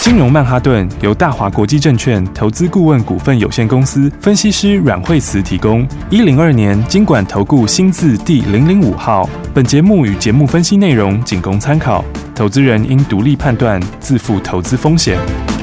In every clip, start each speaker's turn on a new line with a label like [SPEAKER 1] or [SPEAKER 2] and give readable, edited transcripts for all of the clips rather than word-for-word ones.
[SPEAKER 1] 金融曼哈顿由大华国际证券投资顾问股份有限公司分析师阮惠慈提供。102年金管投顾新字第005号。本节目与节目分析内容仅供参考，投资人应独立判断，自负投资风险。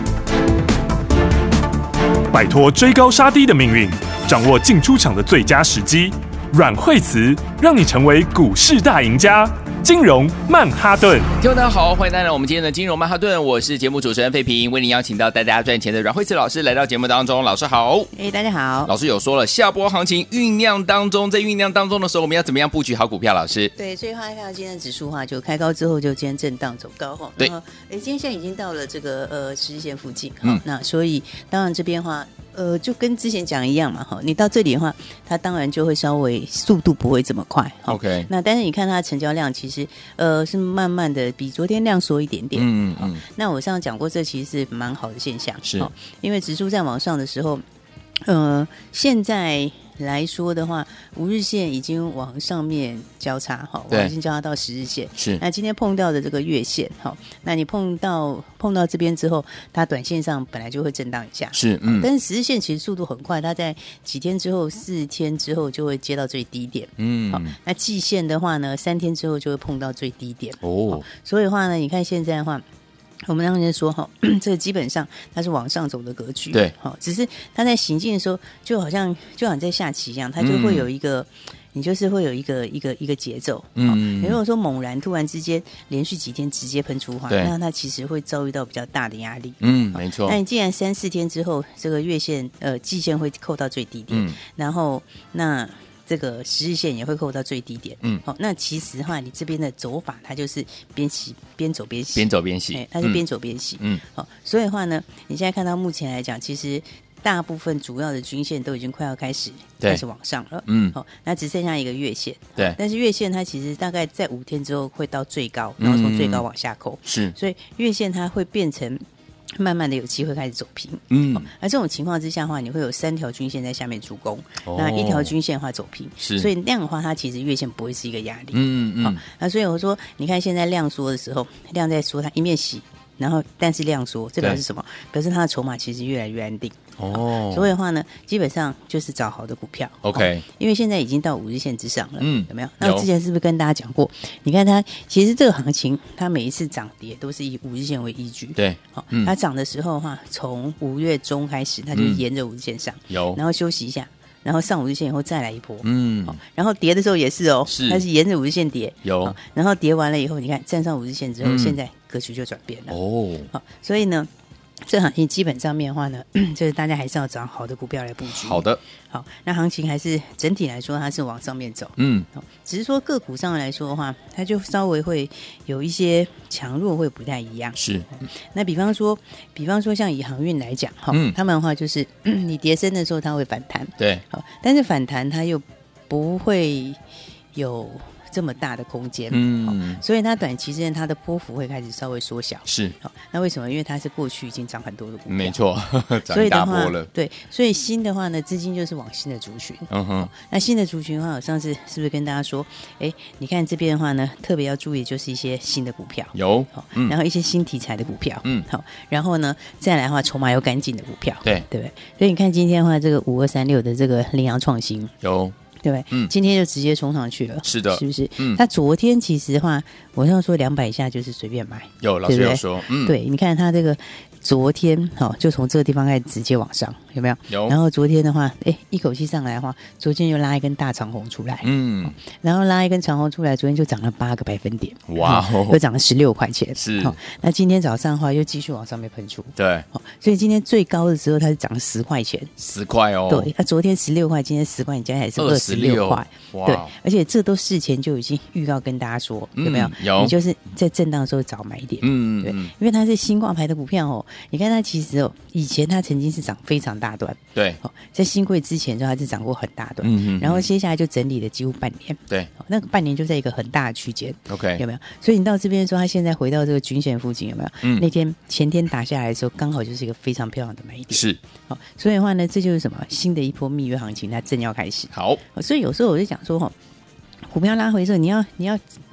[SPEAKER 1] 摆脱追高杀低的命运，掌握进出场的最佳时机。阮惠慈让你成为股市大赢家。金融曼哈顿，
[SPEAKER 2] 听众大家好，欢迎来到我们今天的金融曼哈顿，我是节目主持人费平，为您邀请到带大家赚钱的阮惠慈老师来到节目当中。老师好。
[SPEAKER 3] 大家好。
[SPEAKER 2] 老师有说了，下波行情酝酿当中，在酝酿当中的时候，我们要怎么样布局好股票？老师，
[SPEAKER 3] 对，所以看到今天的指数就开高之后就今天震荡走高哈。
[SPEAKER 2] 对，
[SPEAKER 3] 今天现在已经到了这个10日线附近，那所以当然这边就跟之前讲一样嘛，你到这里的话，它当然就会稍微速度不会这么快。
[SPEAKER 2] OK，
[SPEAKER 3] 那但是你看它的成交量其实是慢慢的比昨天量缩一点点。那我上次讲过，这其实是蛮好的现象，
[SPEAKER 2] 是
[SPEAKER 3] 因为指数在往上的时候，现在来说的话，5日线已经往上面交叉，已经交叉到10日线。
[SPEAKER 2] 是，
[SPEAKER 3] 那今天碰到的这个月线，那你碰到这边之后，它短线上本来就会震荡一下。
[SPEAKER 2] 是，
[SPEAKER 3] 但是10日线其实速度很快，它在几天之后，4天之后就会接到最低点。那季线的话呢，3天之后就会碰到最低点。所以的话呢，你看现在的话。我们刚才说这个基本上它是往上走的格局，
[SPEAKER 2] 对，
[SPEAKER 3] 只是它在行进的时候，就好像在下棋一样，它就会有一个，你就是会有一个节奏。你如果说猛然突然之间连续几天直接喷出的话，那它其实会遭遇到比较大的压力。
[SPEAKER 2] 没错。
[SPEAKER 3] 那你既然3-4天之后，这个月线季线会扣到最低点，然后那这个10日线也会扣到最低点。那其实的话，你这边的走法，它就是边走边洗，它是边走边洗。所以的话呢，你现在看到目前来讲，其实大部分主要的均线都已经快要开始往上了。那只剩下一个月线。
[SPEAKER 2] 对，
[SPEAKER 3] 但是月线它其实大概在5天之后会到最高，然后从最高往下扣。
[SPEAKER 2] 是，
[SPEAKER 3] 所以月线它会变成慢慢的有机会开始走平。而这种情况之下的话，你会有3条均线在下面助攻，那1条均线的话走平，所以量的话，它其实月线不会是一个压力。那所以我说，你看现在量缩的时候，量在缩，它一面洗，然后但是量缩，这表示什么？表示它的筹码其实越来越安定。所以的话呢，基本上就是找好的股票。
[SPEAKER 2] OK，
[SPEAKER 3] 因为现在已经到5日线之上了。有没有？那我之前是不是跟大家讲过？你看它其实这个行情，它每一次涨跌都是以5日线为依据。
[SPEAKER 2] 对，
[SPEAKER 3] 它涨的时候的话，从5月中开始，它就沿着5日线上，然后休息一下。然后上5日线以后再来一波，然后跌的时候也是它是沿着5日线跌，然后跌完了以后，你看站上5日线之后，现在格局就转变了。所以呢，这行情基本上面的话呢，就是大家还是要找好的股票来布局。
[SPEAKER 2] 好的，
[SPEAKER 3] 好，那行情还是整体来说它是往上面走，只是说个股上来说的话，它就稍微会有一些强弱会不太一样。
[SPEAKER 2] 是，
[SPEAKER 3] 那比方说像以航运来讲，他们的话就是你跌升的时候它会反弹，
[SPEAKER 2] 对，
[SPEAKER 3] 但是反弹它又不会有这么大的空间，所以它短期之间它的波幅会开始稍微缩小。
[SPEAKER 2] 是，
[SPEAKER 3] 那为什么？因为它是过去已经涨很多的股票，
[SPEAKER 2] 没错，
[SPEAKER 3] 所以的话，
[SPEAKER 2] 了。
[SPEAKER 3] 对，所以新的话呢，资金就是往新的族群。那新的族群的话，我上次是不是跟大家说，你看这边的话呢，特别要注意就是一些新的股票，
[SPEAKER 2] 有，
[SPEAKER 3] 然后一些新题材的股票，好，然后呢再来的话，筹码又干净的股票，
[SPEAKER 2] 对
[SPEAKER 3] 不对？所以你看今天的话，这个5236的这个羚羊创新
[SPEAKER 2] 有。
[SPEAKER 3] 对不对？今天就直接冲上去了，
[SPEAKER 2] 是的，
[SPEAKER 3] 是不是？它昨天其实的话，我要说200以下就是随便买，
[SPEAKER 2] 有老师有说，
[SPEAKER 3] 对，你看它这个昨天就从这个地方开始直接往上，有没有？
[SPEAKER 2] 有。
[SPEAKER 3] 然后昨天的话，一口气上来的话，昨天又拉一根大长红出来，然后拉一根长红出来，昨天就涨了8个百分点，
[SPEAKER 2] 哇，
[SPEAKER 3] 又涨了16块钱，
[SPEAKER 2] 是。
[SPEAKER 3] 那今天早上的话又继续往上面喷出，
[SPEAKER 2] 对，
[SPEAKER 3] 所以今天最高的时候它是涨了10块钱
[SPEAKER 2] ，10块哦，
[SPEAKER 3] 对，它昨天16块，今天10块，你加起来是26块，对，而且这都事前就已经预告跟大家说，有没有？
[SPEAKER 2] 有，
[SPEAKER 3] 你就是在震荡的时候早买一点，对，因为它是新挂牌的股票你看它其实以前它曾经是涨非常大段，
[SPEAKER 2] 对，
[SPEAKER 3] 在新贵之前就它是涨过很大段，然后接下来就整理了几乎半年，
[SPEAKER 2] 对，
[SPEAKER 3] 那个半年就在一个很大的区间
[SPEAKER 2] ，OK，
[SPEAKER 3] 有没有？所以你到这边说它现在回到这个均线附近，有没有？那天前天打下来的时候，刚好就是一个非常漂亮的买点，
[SPEAKER 2] 是，
[SPEAKER 3] 所以的话呢，这就是什么新的一波蜜月行情，它正要开始。
[SPEAKER 2] 好，
[SPEAKER 3] 所以有时候我就讲说股票拉回的时候，你要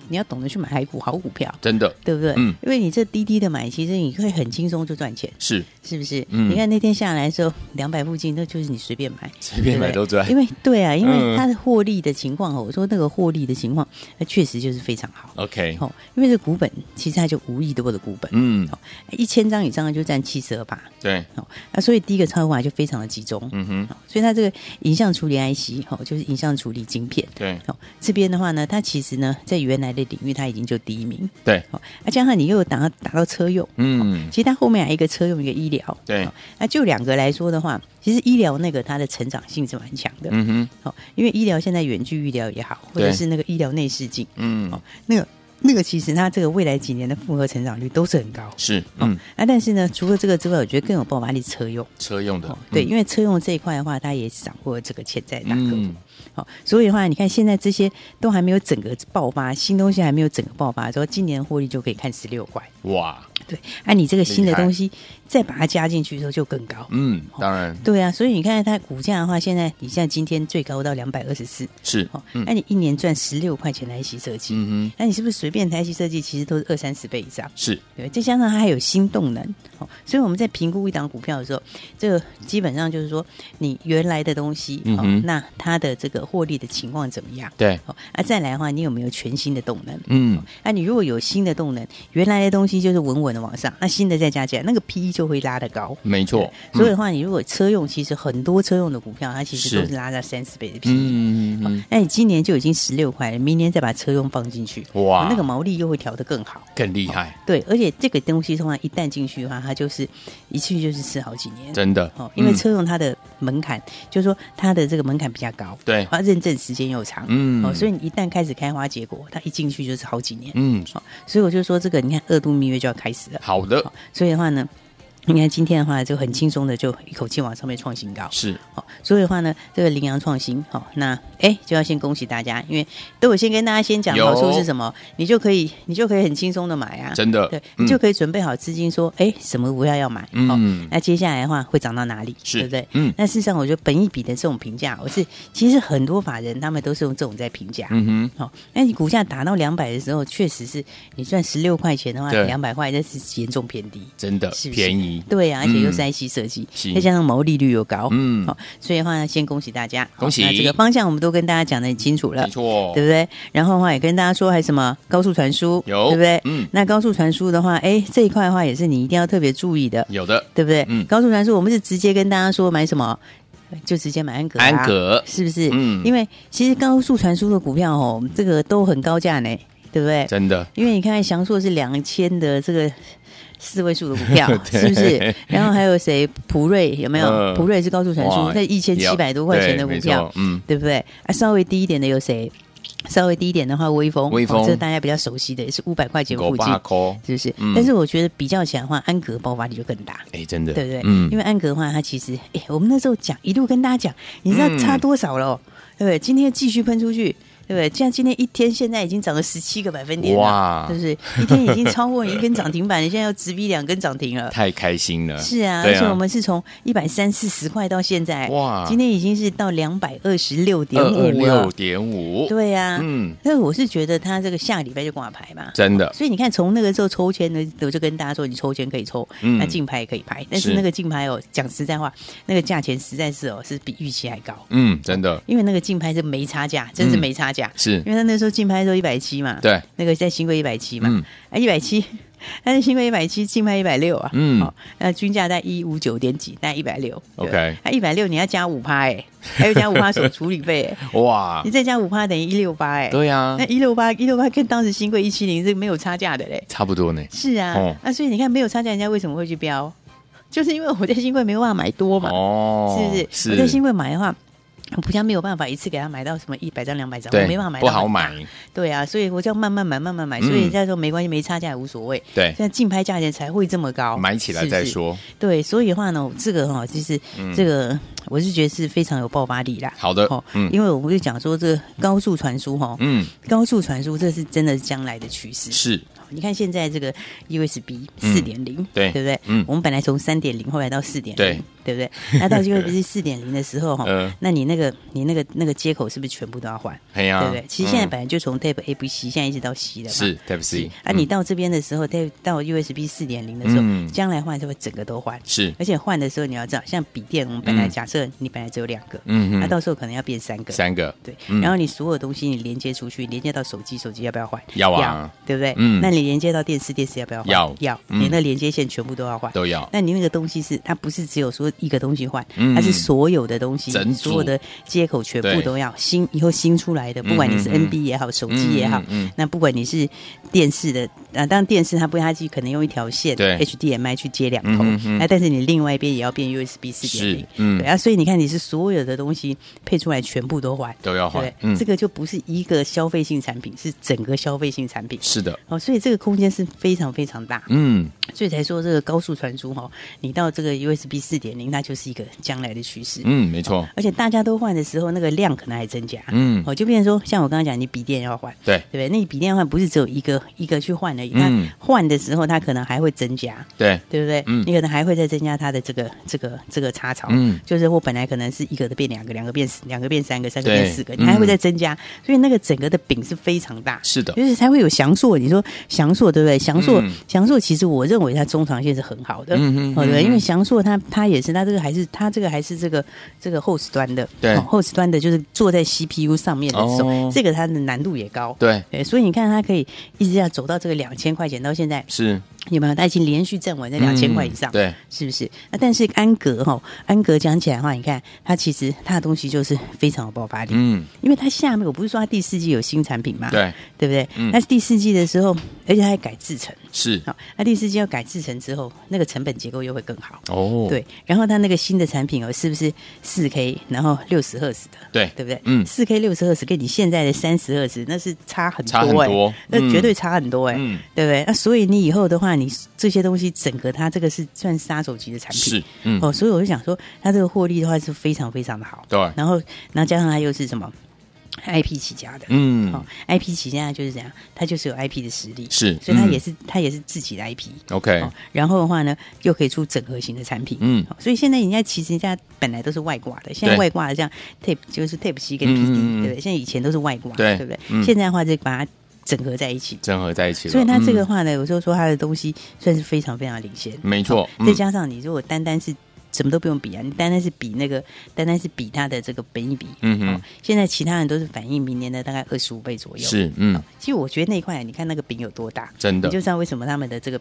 [SPEAKER 3] 你要懂得去买好股票，
[SPEAKER 2] 真的，
[SPEAKER 3] 对不对？因为你这低低的买，其实你会很轻松就赚钱，是不是？你看那天下来的时候，200附近，那就是你随便买
[SPEAKER 2] 都赚。
[SPEAKER 3] 因为对啊，因为它的获利的情况我说那个获利的情况，那确实就是非常好。
[SPEAKER 2] OK，
[SPEAKER 3] 因为这股本其实它就5亿多的股本，1000张以上就占72%，对，所以第一个操作法就非常的集中，所以它这个影像处理 IC 就是影像处理晶片，对，这边的话呢，它其实呢在原来的领域它已经就第1名，对，加上你又打到车用，其实它后面还有一个车用一个医疗，对，那就2个来说的话，其实医疗那个它的成长性是蛮强的，因为医疗现在远距医疗也好，或者是那个医疗内视镜，那个其实它这个未来几年的复合成长率都是很高，是，但是呢，除了这个之外，我觉得更有爆发力车用的，对，因为车用这一块的话，它也掌握了这个潜在大客户。所以的话，你看现在这些都还没有整个爆发，新东西还没有整个爆发的时候，今年获利就可以看16块，哇！对，你这个新的东西再把它加进去的时候就更高，
[SPEAKER 2] 当然，
[SPEAKER 3] 对啊，所以你看它股价的话，现在你像今天最高到224，是，那你一年赚16块钱的 IC 设计，那你是不是随便台 IC 设计其实都是20-30倍以上？是，对，再加上它还有新动能，所以我们在评估一档股票的时候，这个基本上就是说你原来的东西，那它的这个获利的情况怎么样？对，再来的话，你有没有全新的动能？你如果有新的动能，原来的东西就是稳稳的往上，那新的再加起来，那个 PE 就会拉得高。没错，所以的话，你如果车用，其实很多车用的股票，它其实都是拉到30倍的 PE。那你今年就已经16块了，明年再把车用放进去，哇，那个毛利又会调得更好，
[SPEAKER 2] 更厉害。
[SPEAKER 3] 对，而且这个东西的话，一旦进去的话，它就是一去就是吃好几年，
[SPEAKER 2] 真的。
[SPEAKER 3] 因为车用它的门槛，就是说它的这个门槛比较高，对，它认证时间又长，所以你一旦开始开花结果，它一进去就是好几年，所以我就说这个，你看2度蜜月就要开始了。好的，所以的话呢，你看今天的话就很轻松的就一口气往上面创新高，是，所以的话呢，这个羚羊创新，那就要先恭喜大家，因为都有先跟大家先讲好处是什么，你就可以很轻松的买啊，真的，对，你就可以准备好资金说，什么股票要买，那接下来的话会涨到哪里，对不对？那事实上我觉得本益比的这种评价，其实很多法人他们都是用这种在评价，那你股价打到200的时候，确实是你赚16块钱的话，200块那是严重偏低，真的是便宜。对啊，而且又是 IC 设计，再加上毛利率又高，所以的话呢，先恭喜大家，恭喜！那这个方向我们都跟大家讲得很清楚了，没错，对不对？然后的话也跟大家说，还有什么高速传输，有，对不对？那高速传输的话，这一块的话也是你一定要特别注意的，有的，对不对？高速传输我们是直接跟大家说买什么，就直接买安格，安格是不是？因为其实高速传输的股票这个都很高价呢，对不对？真的，因为你看祥硕是2000的这个4位数的股票，是不是？然后还有谁？普瑞有没有？普瑞是高速传输，在1700多块钱的股票，对不对？稍微低一点的有谁？稍微低一点的话，微风，这是大家比较熟悉的，也是500块钱附近，是不是？但是我觉得比较起来的话，安格爆发力就更大，真的，对不对？因为安格的话，它其实，我们那时候讲，一路跟大家讲，你知道差多少了，对不对？今天继续喷出去。对不对？像今天一天现在已经涨了17个百分点了，哇！是不是一天已经超过1根涨停板？你现在要直逼2根涨停了，太开心了。是啊，而且我们是从130-140块到现在，哇！今天已经是到226.5了，226.5。对啊，那我是觉得他这个下个礼拜就挂牌嘛，真的。所以你看，从那个时候抽签呢，我就跟大家说，你抽签可以抽，那竞拍也可以拍，但是那个竞拍讲实在话，那个价钱实在是是比预期还高，真的。因为那个竞拍是没差价，真是没差价。是因为他那时候竞拍的时候170嘛，对，那个在新贵170嘛，170，但是新贵170，竞拍160啊，那均价在159点几，大概160 ，OK， 那160你要加5%还要加5%手处理费，哇，你再加5%等于168，对啊，那168跟当时新贵170是没有差价的嘞，差不多呢，是啊，所以你看没有差价，人家为什么会去标？就是因为我在新贵没有办法买多嘛，是不是？是我在新贵买的话。我不像没有办法一次给他买到什么100张200张，我没办法买到，不好买。对啊，所以我就要慢慢买。所以人家说没关系，没差价也无所谓。对，现在竞拍价钱才会这么高，买起来再说。是对，所以的话呢，这个其实这个我是觉得是非常有爆发力啦。好的，因为我们就讲说这个高速传输高速传输这是真的是将来的趋势。是。 你看现在这个 USB 4.0，对不对？我们本来从3.0后来到4.0，对不对？那到 USB 4.0的时候那你那个接口是不是全部都要换？对不对？其实现在本来就从 Type A、B、C 现在一直到 C 的嘛，
[SPEAKER 2] 是 Type C。
[SPEAKER 3] 你到这边的时候，到 USB 4.0的时候，将来换就会整个都换。是，而且换的时候你要知道，像笔电，我们本来假设你本来只有2个，那到时候可能要变3个。对，然后你所有东西你连接出去，连接到手机要不要换？
[SPEAKER 2] 要啊，
[SPEAKER 3] 对不对？那你连接到电视要不要换？要。你那连接线全部都要换，
[SPEAKER 2] 都要。
[SPEAKER 3] 那你那个东西是它不是只有说一个东西换，它是所有的东西，所有的接口全部都要以后新出来的，不管你是 NB 也好，手机也好，那不管你是电视的当然电视它不会，它可能用一条线 HDMI 去接2头，那但是你另外一边也要变 USB 4.0，对啊，所以你看你是所有的东西配出来全部都换，
[SPEAKER 2] 都要换，
[SPEAKER 3] 这个就不是一个消费性产品，是整个消费性产品。
[SPEAKER 2] 是的，
[SPEAKER 3] 所以这个空间是非常非常大，所以才说这个高速传输你到这个 USB 4.0，它就是一个将来的趋势，
[SPEAKER 2] 没错。
[SPEAKER 3] 而且大家都换的时候，那个量可能还增加，就变成说，像我刚刚讲，你笔电要换，对不对？那你笔电换不是只有一个去换而已，它换的时候它可能还会增加，对不对？你可能还会再增加它的这个插槽，就是我本来可能是一个的变2个，2个变3个，3个变4个，你还会再增加，所以那个整个的饼是非常大，
[SPEAKER 2] 是的，
[SPEAKER 3] 就是才会有翔硕。你说翔硕对不对？翔硕其实我认为它中长线是很好的，对不对？因为翔硕它也是它这个还是这个 host 端的，对 host 端的就是坐在 CPU 上面的时候，这个它的难度也高，对，所以你看它可以一直要走到这个2000块钱，到现在是。有没有？它已经连续站稳在2000块以上，对，是不是？但是安格讲起来的话，你看它其实它的东西就是非常有爆发力，因为它下面我不是说它第4季有新产品嘛，对不对？但是第4季的时候，而且它还改制程，是好，那第4季要改制程之后，那个成本结构又会更好哦，对。然后它那个新的产品是不是4K， 然后60赫兹的，对不对？4K 60赫兹跟你现在的30赫兹那是差很多，那绝对差很多对不对？那所以你以后的话。你这些东西整个它这个是算杀手级的产品，是所以我就想说，它这个获利的话是非常非常的好，对。然后加上它又是什么 IP 起家的，IP 起家就是这样，它就是有 IP 的实力，是，所以它也是自己的 IP，OK。然后的话呢，又可以出整合型的产品，所以现在其实人家本来都是外挂的，现在外挂的这样 Tape 就是 Tape C 跟 PD，对不对？现在以前都是外挂，对不对？现在的话就把它整合在一起了，所以它这个话呢，有时候说它的东西算是非常非常领先，没错。再加上你如果单是什么都不用比啊，你单是比它的这个本益比，现在其他人都是反映明年的大概25倍左右，是，其实我觉得那一块，你看那个饼有多大，真的，你就知道为什么他们的这个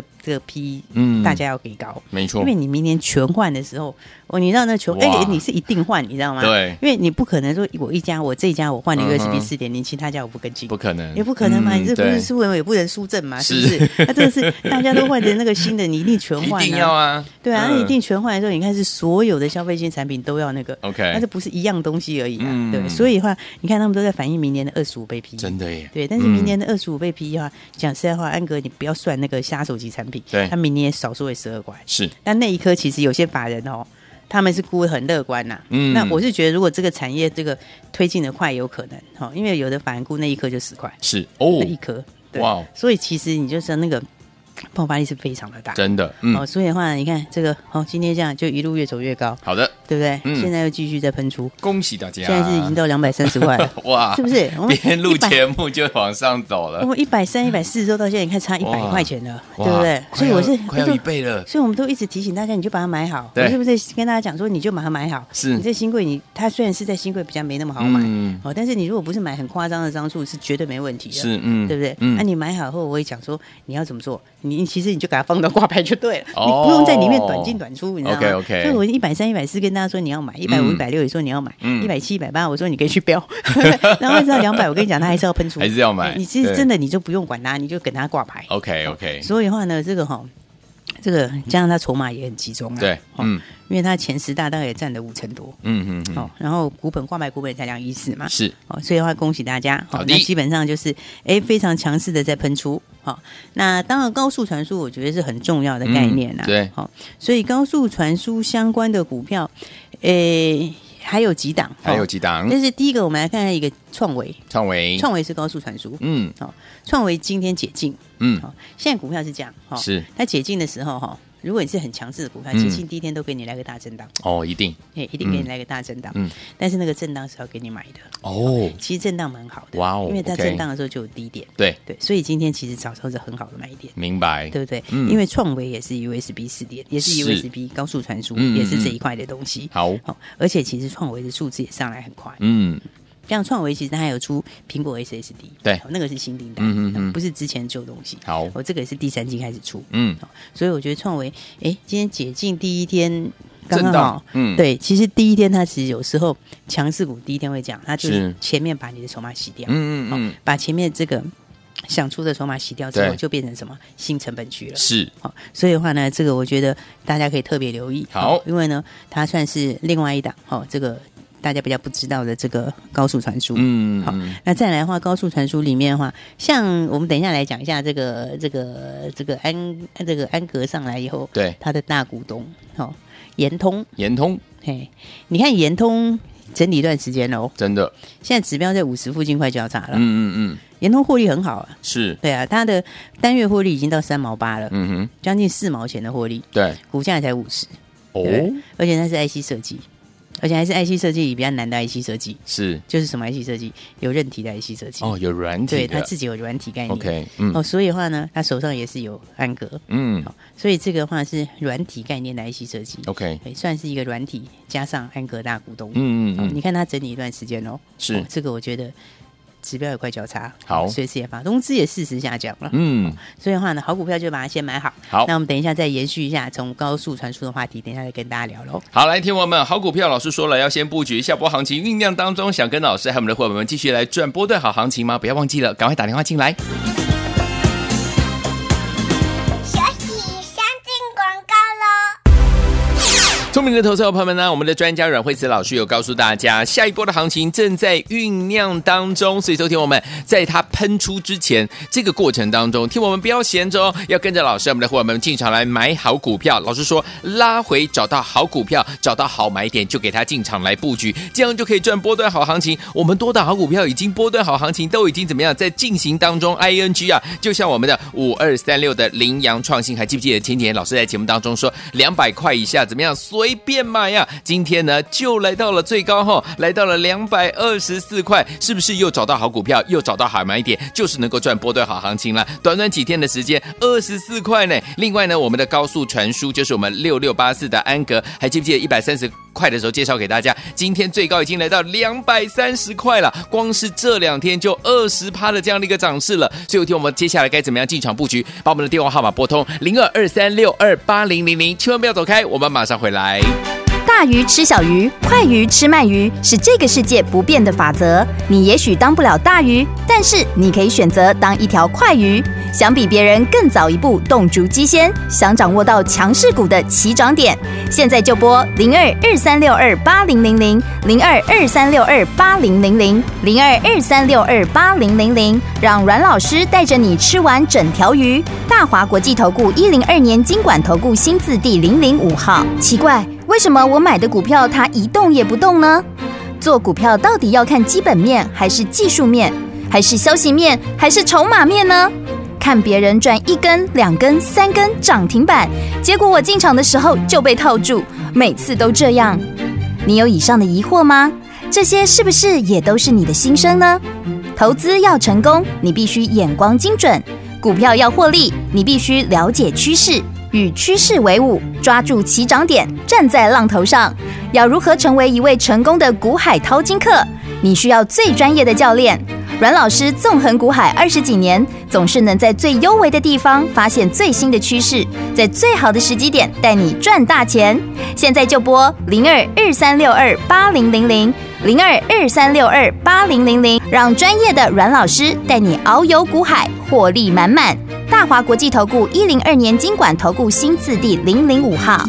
[SPEAKER 3] P，大家要给高，没错，因为你明年全换的时候，你知道那你是一定换，你知道吗？对，因为你不可能说我这一家我换了 USB 4.0，其他家我不跟进，不可能，也不可能嘛，你这不是输人也不能输阵嘛，是不是？那这个是大家都换的那个新的，你一定全换，一定要啊，对啊，那一定全换的时候，你看是所有的消费性产品都要那个 ，OK， 那这不是一样东西而已啊，对，所以的话，你看他们都在反映明年的25倍 P， 真的耶，对，但是明年的25倍 P 的话，讲实在话，安格你不要算那个杀手级产品，对，它明年少说也12块，是，但那一颗其实有些法人他们是估得很乐观呐，那我是觉得如果这个产业这个推进的快，有可能因为有的法人估那一颗就10块，是哦，那一颗，哇，所以其实你就说那个爆发力是非常的大，真的，所以的话，你看这个今天这样就一路越走越高，好的，对不对？现在又继续在喷出，恭喜大家！现在是已经到230块了，哇，是不是？我们边录节目就往上走了，我们130、140之后到现在，你看差100块钱了，对不对？所以我是快要1倍了，所以我们都一直提醒大家，你就把它买好，我是不是跟大家讲说，你就把它买好？是你这新贵，它虽然是在新贵比较没那么好买，但是你如果不是买很夸张的张数，是绝对没问题的，是，对不对？那你买好后，我会讲说你要怎么做。你其实你就给它放到挂牌就对了，你不用在里面短进短出，你知道吗？所以我130、140跟大家说你要买，150、160也说你要买，170、180我说你可以去标，然后一直到200，我跟你讲，它还是要喷出，还是要买。你其实真的你就不用管它，你就跟它挂牌。OK。所以的话呢，这个加上它筹码也很集中啊，对，因为它前10大概也占了50%多，然后挂牌股本才214嘛，是，所以的话恭喜大家，那基本上就是非常强势的在喷出，那当然高速传输我觉得是很重要的概念啊，对，所以高速传输相关的股票， 还有几档，
[SPEAKER 2] 还有几档。
[SPEAKER 3] 但是第一个我们来看看一个创维，创维是高速传输，创维今天解禁，现在股票是这样，
[SPEAKER 2] 是
[SPEAKER 3] 它解禁的时候哈。如果你是很强势的股票，解禁第一天都给你来个大震荡
[SPEAKER 2] 哦，一定
[SPEAKER 3] 给你来个大震荡，但是那个震荡是要给你买的
[SPEAKER 2] 哦。
[SPEAKER 3] 其实震荡蛮好的，
[SPEAKER 2] 哇哦，
[SPEAKER 3] 因为它震荡的时候就有低点，
[SPEAKER 2] 对，
[SPEAKER 3] 所以今天其实早上是很好的买点，
[SPEAKER 2] 明白，
[SPEAKER 3] 对不对？因为创维也是 USB 4点，也是 USB 高速传输，也是这一块的东西，好，而且其实创维的数字也上来很快，像创维其实它还有出苹果 SSD，
[SPEAKER 2] 对，
[SPEAKER 3] 那个是新订单，不是之前旧东西。好，这个也是第3季开始出，所以我觉得创维，今天解禁第一天刚刚好，对，其实第一天它其实有时候强势股第一天会讲，它就是前面把你的筹码洗掉，把前面这个想出的筹码洗掉之后，就变成什么新成本区了，
[SPEAKER 2] 是，
[SPEAKER 3] 所以的话呢，这个我觉得大家可以特别留意，好，因为呢，它算是另外一档，这个。大家比较不知道的这个高速传输，好，那再来的话，高速传输里面的话，像我们等一下来讲一下这个安格上来以后，对，它的大股东，延通，嘿，你看延通整理一段时间喽，真的，现在指标在50附近快交叉了，延通获利很好啊，是，对啊，它的单月获利已经到3毛8了，将近4毛钱的获利，对，股价才50，哦，而且它是 IC 设计。而且还是 IC 设计里比较难的 IC 设计，是就是什么 IC 设计？有韧体的 IC 设计有软体的，对，他自己有软体概念。OK，所以的话呢，他手上也是有安格，所以这个的话是软体概念的 IC 设计。OK，算是一个软体加上安格大股东。你看他整理一段时间哦，是这个我觉得。指标也快交叉，好，随时也发，融资也适时下降了，所以的话呢，好股票就把它先买好。好，那我们等一下再延续一下从高速传输的话题，等一下再跟大家聊喽。
[SPEAKER 2] 好，来，听我们好股票，老师说了要先布局，下波行情酝酿当中，想跟老师还有我们的伙伴们继续来赚波段好行情吗？不要忘记了，赶快打电话进来。聪明的投资者朋友们呢，我们的专家阮慧慈老师有告诉大家，下一波的行情正在酝酿当中，所以昨天我们在它喷出之前，这个过程当中，听我们不要闲着哦，要跟着老师，我们的伙伴们进场来买好股票。老师说，拉回找到好股票，找到好买点，就给它进场来布局，这样就可以赚波段好行情。我们多档好股票已经波段好行情都已经怎么样在进行当中 ，ING 啊，就像我们的5236的羚羊创新，还记不记得前几天老师在节目当中说200块以下怎么样？随便买呀！今天呢就来到了最高哈，来到了224块，是不是又找到好股票，又找到好买点，就是能够赚波段好行情了？短短几天的时间，24块呢。另外呢，我们的高速传输就是我们6684的安格，还记不记得130块的时候介绍给大家？今天最高已经来到230块了，光是这2天就20%的这样的一个涨势了。所以有天我们接下来该怎么样进场布局？把我们的电话号码拨通0223628000，千万不要走开，我们马上回来。
[SPEAKER 4] 大鱼吃小鱼，快鱼吃慢鱼，是这个世界不变的法则。你也许当不了大鱼，但是你可以选择当一条快鱼。想比别人更早一步动足机先，想掌握到强势股的起涨点，现在就拨0223628000，0223628000，0223628000，让阮老师带着你吃完整条鱼。大华国际投顾102年金管投顾新字第005号。奇怪，为什么我买的股票它一动也不动呢？做股票到底要看基本面，还是技术面，还是消息面，还是筹码面呢？看别人赚1根、2根、3根涨停板，结果我进场的时候就被套住，每次都这样。你有以上的疑惑吗？这些是不是也都是你的心声呢？投资要成功，你必须眼光精准；股票要获利，你必须了解趋势，与趋势为伍，抓住起涨点，站在浪头上。要如何成为一位成功的股海淘金客？你需要最专业的教练。阮老师纵横股海20几年，总是能在最优微的地方发现最新的趋势，在最好的时机点带你赚大钱。现在就拨0223628000，0223628000，让专业的阮老师带你遨游股海，获利满满。大华国际投顾102年金管投顾新字第005号。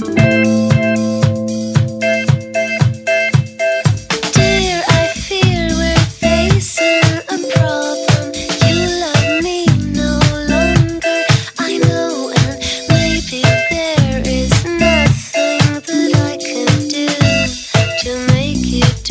[SPEAKER 5] Make it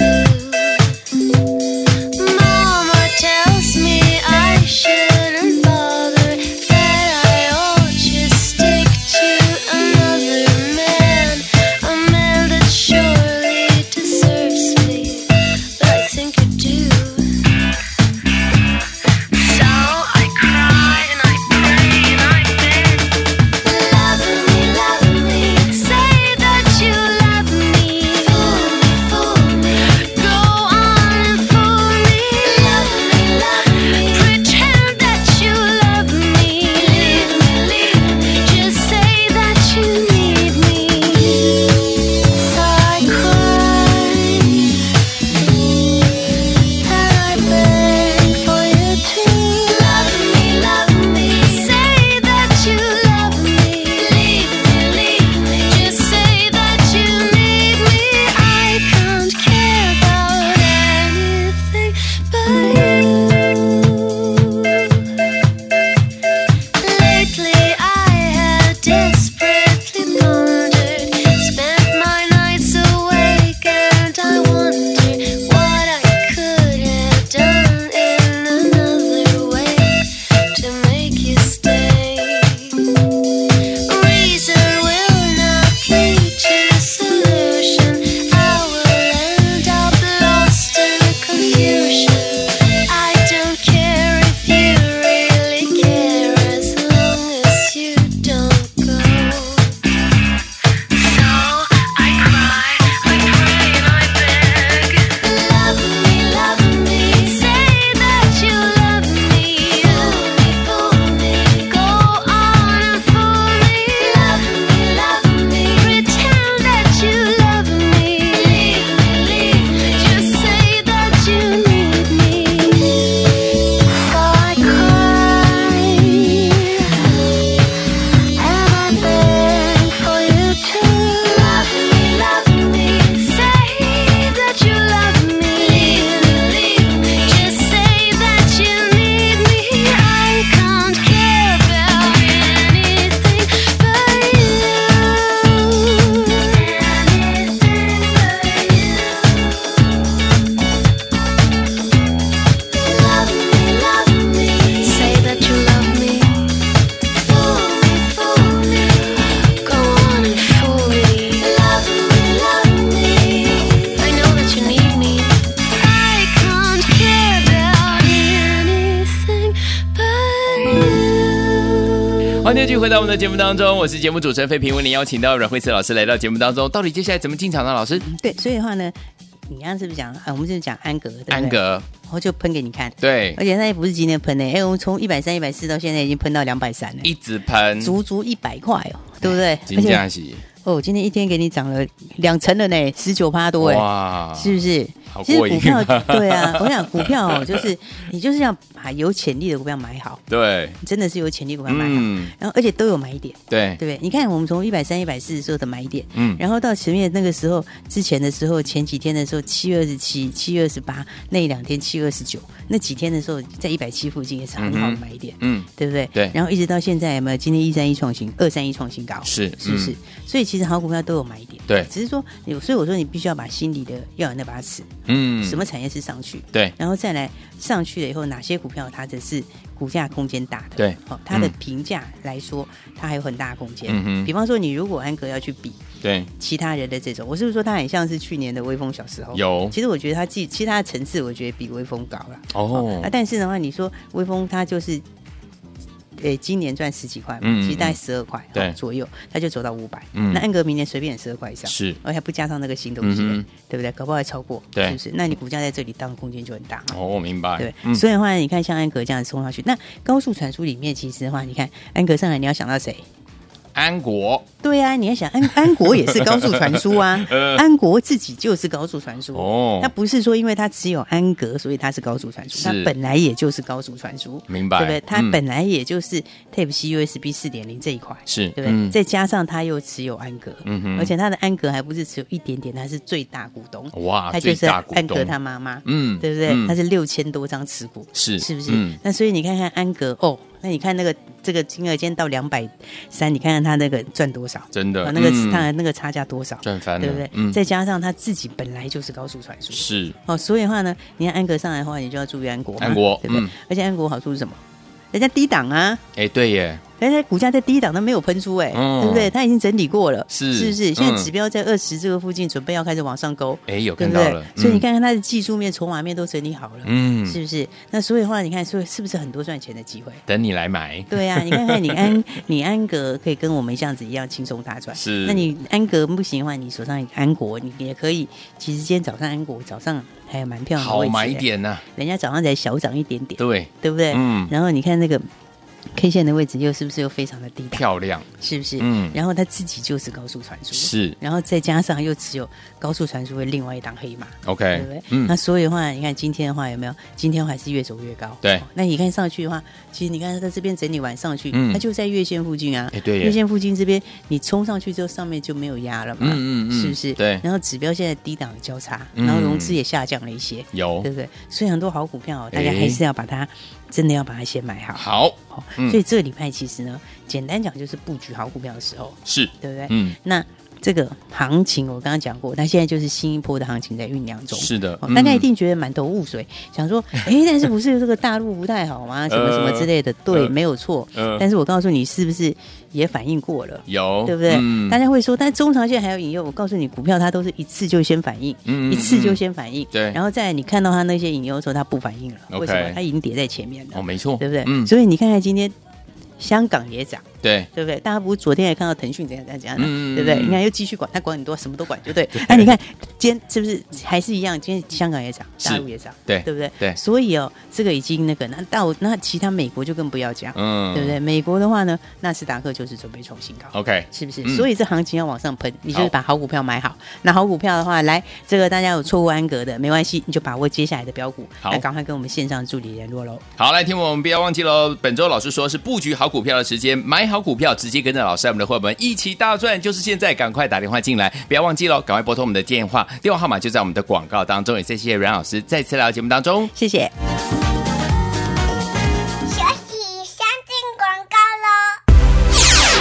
[SPEAKER 2] 继续回到我们的节目当中，我是节目主持人费平，为您邀请到阮慧慈老师来到节目当中。到底接下来怎么进场呢？老师，
[SPEAKER 3] 对，所以的话呢，你刚刚是不是讲我们就是讲安格，对不对？
[SPEAKER 2] 安格，
[SPEAKER 3] 然后就喷给你看，
[SPEAKER 2] 对，
[SPEAKER 3] 而且它也不是今天喷的，我们从130、140到现在已经喷到230了，
[SPEAKER 2] 一直喷，
[SPEAKER 3] 足100块哦，对不对？
[SPEAKER 2] 金价喜
[SPEAKER 3] 今天一天给你涨了2成了呢，19%多哎，哇，是不是？其实股票对啊，我想股票就是你就是要把有潜力的股票买好，
[SPEAKER 2] 对，
[SPEAKER 3] 真的是有潜力股票买好，然后而且都有买点，
[SPEAKER 2] 对，
[SPEAKER 3] 对不对？你看我们从130、140的时候的买点，然后到前面那个时候之前的时候，前几天的时候7月27、7月28那2天7月29那几天的时候，在170附近也是很好的买点，对不对？
[SPEAKER 2] 对，
[SPEAKER 3] 然后一直到现在有没有？今天131创新，231创新高，是不是？所以其实好股票都有买点，
[SPEAKER 2] 对，
[SPEAKER 3] 只是说所以我说你必须要把心里的要有那把尺，什么产业是上去，
[SPEAKER 2] 对，
[SPEAKER 3] 然后再来上去了以后，哪些股票它的是股价空间大的，
[SPEAKER 2] 对，
[SPEAKER 3] 它的评价来说，它还有很大的空间。比方说，你如果安格要去比
[SPEAKER 2] 对
[SPEAKER 3] 其他人的这种，我是不是说它很像是去年的微风小时候？
[SPEAKER 2] 有，
[SPEAKER 3] 其实我觉得它其他的层次，我觉得比微风高了。但是的话，你说微风它就是。今年赚10几块嘛，其实大概12块左右，它就走到500。那安格明年随便12块以上，
[SPEAKER 2] 是，
[SPEAKER 3] 而且不加上那个新东西，对不对？搞不好还超过，
[SPEAKER 2] 对，
[SPEAKER 3] 是不是？那你股价在这里当空间就很大嘛。
[SPEAKER 2] 我明白。
[SPEAKER 3] 对，所以的话，你看像安格这样冲上去，那高速传输里面，其实的话，你看安格上来，你要想到谁？
[SPEAKER 2] 安国，
[SPEAKER 3] 对啊，你要想安国也是高速传输啊，安国自己就是高速传输哦，它不是说因为它只有安格，所以它是高速传输，它本来也就是高速传输，
[SPEAKER 2] 明白？
[SPEAKER 3] 对不对？它本来也就是 Type C USB 4.0 这一块，
[SPEAKER 2] 是
[SPEAKER 3] 对不对？再加上它又持有安格，而且它的安格还不是只有一点点，它是最大股东，
[SPEAKER 2] 哇，
[SPEAKER 3] 它就是安格他妈妈，对不对？它是6000多张持股，是不是？那所以你看看安格那你看这个金额今天到230，你看看他那个赚多少？
[SPEAKER 2] 真的，
[SPEAKER 3] 他那个差价多少？
[SPEAKER 2] 赚翻了，
[SPEAKER 3] 对不对？再加上他自己本来就是高速传输，
[SPEAKER 2] 是
[SPEAKER 3] 所以的话呢，你看安格上来的话，你就要注意安国，
[SPEAKER 2] 安国，
[SPEAKER 3] 对不对？而且安国好处是什么？人家低档啊，
[SPEAKER 2] 对耶。
[SPEAKER 3] 人家股价在低档都没有喷出对不对？它已经整理过了，是不是？现在指标在20这个附近，准备要开始往上勾，
[SPEAKER 2] 有看到了。
[SPEAKER 3] 所以你看看它的技术面、筹码面都整理好了，是不是？那所以的话，你看，所以是不是很多赚钱的机会？
[SPEAKER 2] 等你来买。对
[SPEAKER 3] 啊，你看看你安格可以跟我们这样子一样轻松大赚，
[SPEAKER 2] 是。
[SPEAKER 3] 那你安格不行的话，你手上安国你也可以。其实今天早上安国早上还有蛮漂亮的位置，
[SPEAKER 2] 好买点呐。
[SPEAKER 3] 人家早上才小涨一点点，
[SPEAKER 2] 对
[SPEAKER 3] 不对？然后你看那个。K 线的位置又是不是又非常的低档
[SPEAKER 2] 漂亮，
[SPEAKER 3] 是不是？然后它自己就是高速传输，
[SPEAKER 2] 是，
[SPEAKER 3] 然后再加上又只有高速传输的另外一档黑马
[SPEAKER 2] ，OK，
[SPEAKER 3] 对不对？那所以的话，你看今天的话有没有？今天还是越走越高，
[SPEAKER 2] 对。
[SPEAKER 3] 那你看上去的话，其实你看它在这边整理完上去，它就在月线附近啊，
[SPEAKER 2] 对，
[SPEAKER 3] 月线附近这边你冲上去之后，上面就没有压了嘛，是不是？
[SPEAKER 2] 对。
[SPEAKER 3] 然后指标现在低档交叉，然后融资也下降了一些，
[SPEAKER 2] 有，
[SPEAKER 3] 对不对？所以很多好股票，大家还是要把它。真的要把它先买好，
[SPEAKER 2] 好，
[SPEAKER 3] 所以这个礼拜其实呢，简单讲就是布局好股票的时候，
[SPEAKER 2] 是
[SPEAKER 3] 对不对？那这个行情我刚刚讲过，它现在就是新一波的行情在酝酿中，
[SPEAKER 2] 是的，
[SPEAKER 3] 大家一定觉得满头雾水，想说，但是不是这个大陆不太好吗？什么什么之类的，对，没有错。但是我告诉你，是不是也反应过了？
[SPEAKER 2] 有，
[SPEAKER 3] 对不对？大家会说，但中长线还有引诱。我告诉你，股票它都是一次就先反应，一次就先反应，
[SPEAKER 2] 对。
[SPEAKER 3] 然后再来你看到它那些引诱的时候，它不反应了，为什么？它已经跌在前面了。
[SPEAKER 2] 没错，
[SPEAKER 3] 对不对？所以你看看今天香港也涨。
[SPEAKER 2] 对
[SPEAKER 3] 不对？大家不是昨天也看到腾讯怎样的，对不对？你看又继续管，他管很多，什么都管，就对。你看今天是不是还是一样？今天香港也涨，大陆也涨，对不对？
[SPEAKER 2] 对。
[SPEAKER 3] 所以这个已经那其他美国就更不要讲，对不对？美国的话呢，纳斯达克就是准备创新高
[SPEAKER 2] ，OK，
[SPEAKER 3] 是不是？所以这行情要往上喷，你就是把好股票买好。那好股票的话，来这个大家有错误安格的没关系，你就把握接下来的标股，那赶快跟我们线上助理联络喽。
[SPEAKER 2] 好，来听我们不要忘记喽，本周老师说是布局好股票的时间，买好股票。直接跟着老师我们的伙伴们一起大赚，就是现在，赶快打电话进来，不要忘记了，赶快拨通我们的电话号码就在我们的广告当中。也谢谢阮老师再次来到节目当中，
[SPEAKER 3] 谢谢。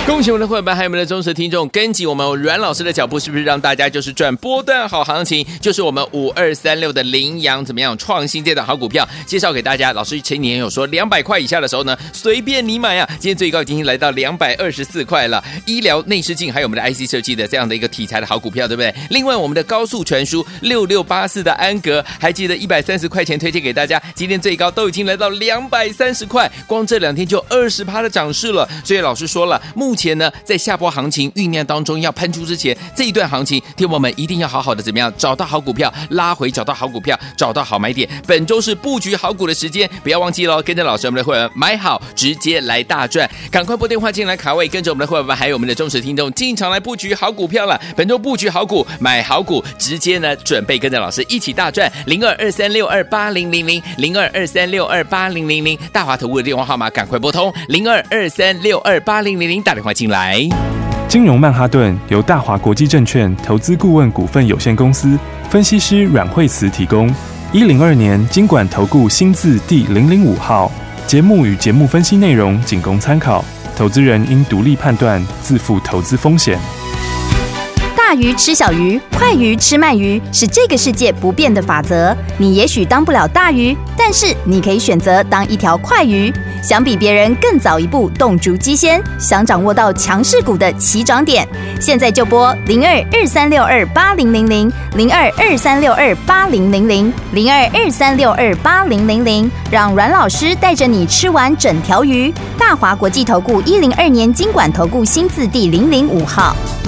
[SPEAKER 2] 恭喜我们的会员还有我们的忠实听众，跟紧我们阮老师的脚步，是不是让大家就是赚波段好行情？就是我们5236的羚羊怎么样创新这档好股票，介绍给大家。老师前年有说200块以下的时候呢，随便你买啊。今天最高已经来到224块了。医疗内视镜还有我们的 IC 设计的这样的一个题材的好股票，对不对？另外我们的高速传输6684的安格，还记得130块钱推荐给大家，今天最高都已经来到230块，光这2天就20%的涨势了。所以老师说了，目前呢在下波行情酝酿当中要喷出之前，这一段行情听众们一定要好好的怎么样找到好股票，拉回找到好股票，找到好买点。本周是布局好股的时间，不要忘记了，跟着老师我们的会员买好，直接来大赚。赶快拨电话进来卡位，跟着我们的会员们还有我们的忠实听众进场来布局好股票了。本周布局好股，买好股，直接呢准备跟着老师一起大赚。0223628000 0223628000，大华投顾的电话号码赶快拨通0223628000，打电话进来。
[SPEAKER 1] 金融曼哈顿由大华国际证券投资顾问股份有限公司分析师阮慧慈提供。102年金管投顾新字第005号。节目与节目分析内容仅供参考，投资人应独立判断，自负投资风险。
[SPEAKER 4] 大鱼吃小鱼，快鱼吃慢鱼，是这个世界不变的法则。你也许当不了大鱼，但是你可以选择当一条快鱼。想比别人更早一步动足机先，想掌握到强势股的起涨点，现在就拨0223628000 0223628000 0223628000，让阮老师带着你吃完整条鱼。大华国际投顾102年金管投顾新字第005号。